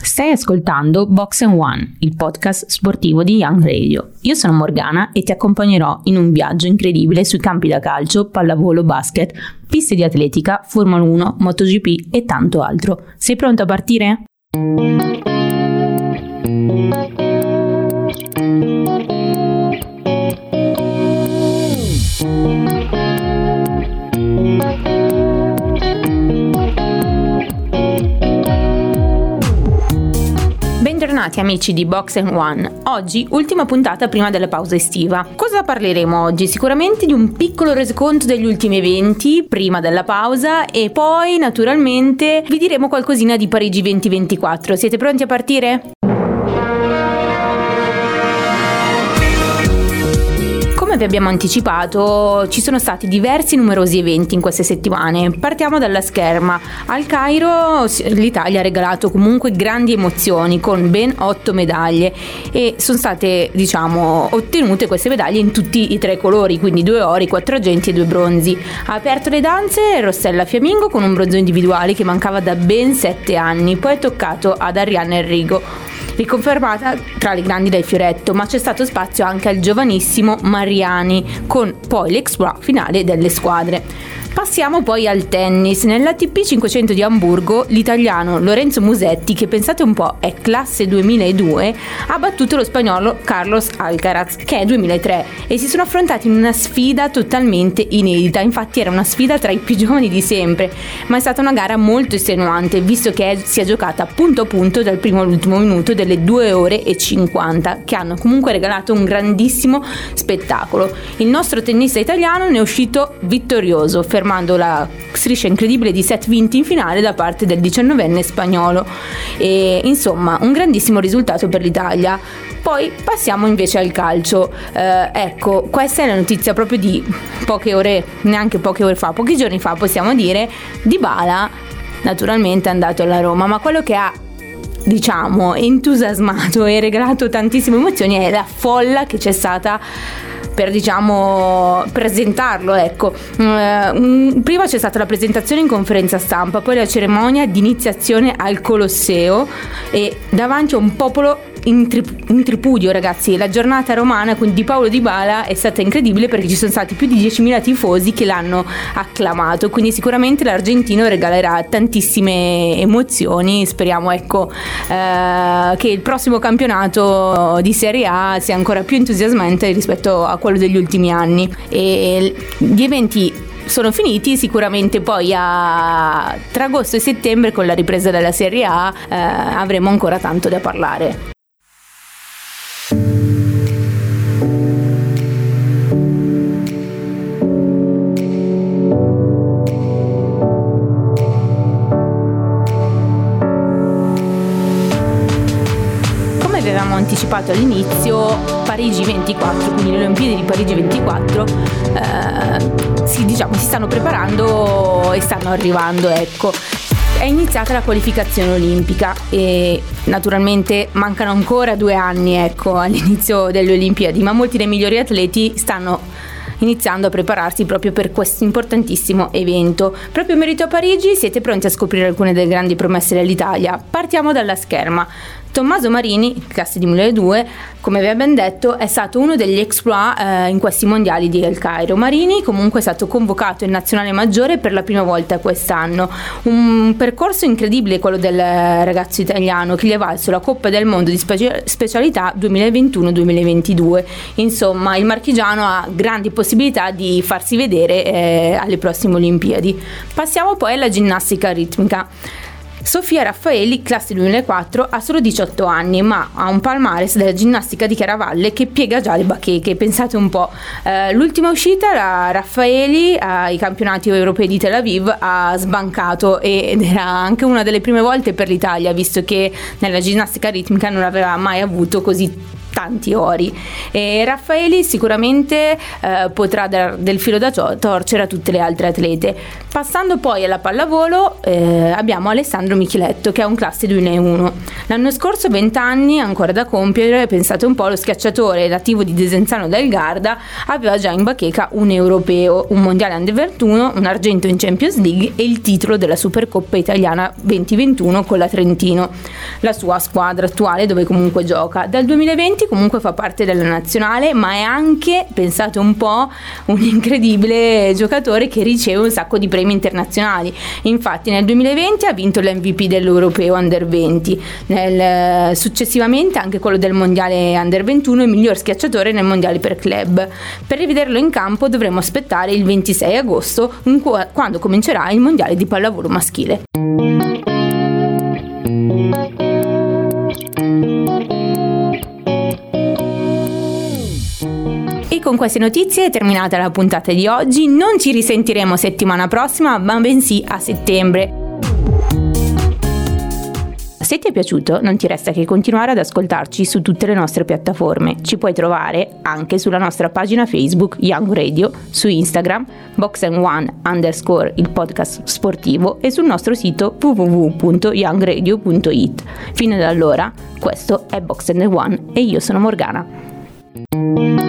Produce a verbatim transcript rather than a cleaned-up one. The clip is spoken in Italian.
Stai ascoltando Box and One, il podcast sportivo di Young Radio. Io sono Morgana e ti accompagnerò in un viaggio incredibile sui campi da calcio, pallavolo, basket, piste di atletica, Formula uno, MotoGP e tanto altro. Sei pronto a partire? Bentornati amici di Box and One. Oggi ultima puntata prima della pausa estiva. Cosa parleremo oggi? Sicuramente di un piccolo resoconto degli ultimi eventi prima della pausa e poi naturalmente vi diremo qualcosina di Parigi duemilaventiquattro. Siete pronti a partire? Come vi abbiamo anticipato, ci sono stati diversi numerosi eventi in queste settimane. Partiamo dalla scherma. Al Cairo l'Italia ha regalato comunque grandi emozioni con ben otto medaglie e sono state, diciamo, ottenute queste medaglie in tutti i tre colori, quindi due ori, quattro argenti e due bronzi. Ha aperto le danze Rossella Fiammingo con un bronzo individuale che mancava da ben sette anni, poi è toccato ad Arianna Enrico, riconfermata tra le grandi del fioretto, ma c'è stato spazio anche al giovanissimo Mariani con poi l'exploit finale delle squadre. Passiamo poi al tennis. Nell'A T P cinquecento di Amburgo l'italiano Lorenzo Musetti, che pensate un po' è classe duemiladue, ha battuto lo spagnolo Carlos Alcaraz, che è duemilatré, e si sono affrontati in una sfida totalmente inedita. Infatti era una sfida tra i più giovani di sempre, ma è stata una gara molto estenuante, visto che è, si è giocata punto a punto dal primo all'ultimo minuto delle due ore e cinquanta, che hanno comunque regalato un grandissimo spettacolo. Il nostro tennista italiano ne è uscito vittorioso, fermando la striscia incredibile di set vinti in finale da parte del diciannovenne spagnolo. E insomma, un grandissimo risultato per l'Italia. Poi passiamo invece al calcio. Eh, ecco, questa è la notizia proprio di poche ore, neanche poche ore fa, pochi giorni fa possiamo dire. Dybala naturalmente è andato alla Roma, ma quello che ha, diciamo, entusiasmato e regalato tantissime emozioni è la folla che c'è stata per, diciamo, presentarlo, ecco. Uh, prima c'è stata la presentazione in conferenza stampa, poi la cerimonia di iniziazione al Colosseo e davanti a un popolo in, tri- in tripudio, ragazzi. La giornata romana di Paulo Dybala è stata incredibile perché ci sono stati più di diecimila tifosi che l'hanno acclamato, quindi sicuramente l'argentino regalerà tantissime emozioni. Speriamo, ecco, uh, che il prossimo campionato di Serie A sia ancora più entusiasmante rispetto a quello degli ultimi anni. E gli eventi sono finiti, sicuramente poi a tra agosto e settembre con la ripresa della Serie A eh, avremo ancora tanto da parlare. Avevamo anticipato all'inizio, Parigi ventiquattro, quindi le Olimpiadi di Parigi ventiquattro eh, si, diciamo, si stanno preparando e stanno arrivando, ecco. È iniziata la qualificazione olimpica e naturalmente mancano ancora due anni, ecco, all'inizio delle Olimpiadi, ma molti dei migliori atleti stanno iniziando a prepararsi proprio per questo importantissimo evento. Proprio in merito a Parigi siete pronti a scoprire alcune delle grandi promesse dell'Italia. Partiamo dalla scherma. Tommaso Marini, classe duemiladue, come vi abbiamo detto, è stato uno degli exploit eh, in questi mondiali di El Cairo. Marini comunque è stato convocato in nazionale maggiore per la prima volta quest'anno. Un percorso incredibile quello del ragazzo italiano che gli ha valso la Coppa del Mondo di speci- specialità duemilaventuno duemilaventidue. Insomma, il marchigiano ha grandi possibilità di farsi vedere eh, alle prossime Olimpiadi. Passiamo poi alla ginnastica ritmica. Sofia Raffaeli, classe duemilaquattro, ha solo diciotto anni, ma ha un palmares della ginnastica di Chiaravalle che piega già le bacheche. Pensate un po', eh, l'ultima uscita, la Raffaeli ai campionati europei di Tel Aviv ha sbancato ed era anche una delle prime volte per l'Italia, visto che nella ginnastica ritmica non aveva mai avuto così tanti ori, e Raffaeli sicuramente eh, potrà dar del filo da torcere a tutte le altre atlete. Passando poi alla pallavolo, eh, abbiamo Alessandro Micheletto, che è un classe duemilauno. L'anno scorso, venti anni ancora da compiere, pensate un po', lo schiacciatore nativo di Desenzano del Garda aveva già in bacheca un europeo, un mondiale under ventuno, un argento in Champions League e il titolo della Supercoppa italiana venti ventuno con la Trentino, la sua squadra attuale dove comunque gioca. Dal duemilaventi comunque fa parte della nazionale, ma è anche, pensate un po', un incredibile giocatore che riceve un sacco di premi internazionali. Infatti nel duemilaventi ha vinto l'M V P dell'Europeo Under venti, nel, successivamente anche quello del mondiale Under ventuno e miglior schiacciatore nel mondiale per club. Per rivederlo in campo dovremo aspettare il ventisei agosto, in cui, quando comincerà il mondiale di pallavolo maschile. E con queste notizie è terminata la puntata di oggi. Non ci risentiremo settimana prossima, ma bensì a settembre. Se ti è piaciuto, non ti resta che continuare ad ascoltarci su tutte le nostre piattaforme. Ci puoi trovare anche sulla nostra pagina Facebook Young Radio, su Instagram box and one underscore il podcast sportivo e sul nostro sito w w w punto young radio punto i t. Fino ad allora, questo è Box and One e io sono Morgana.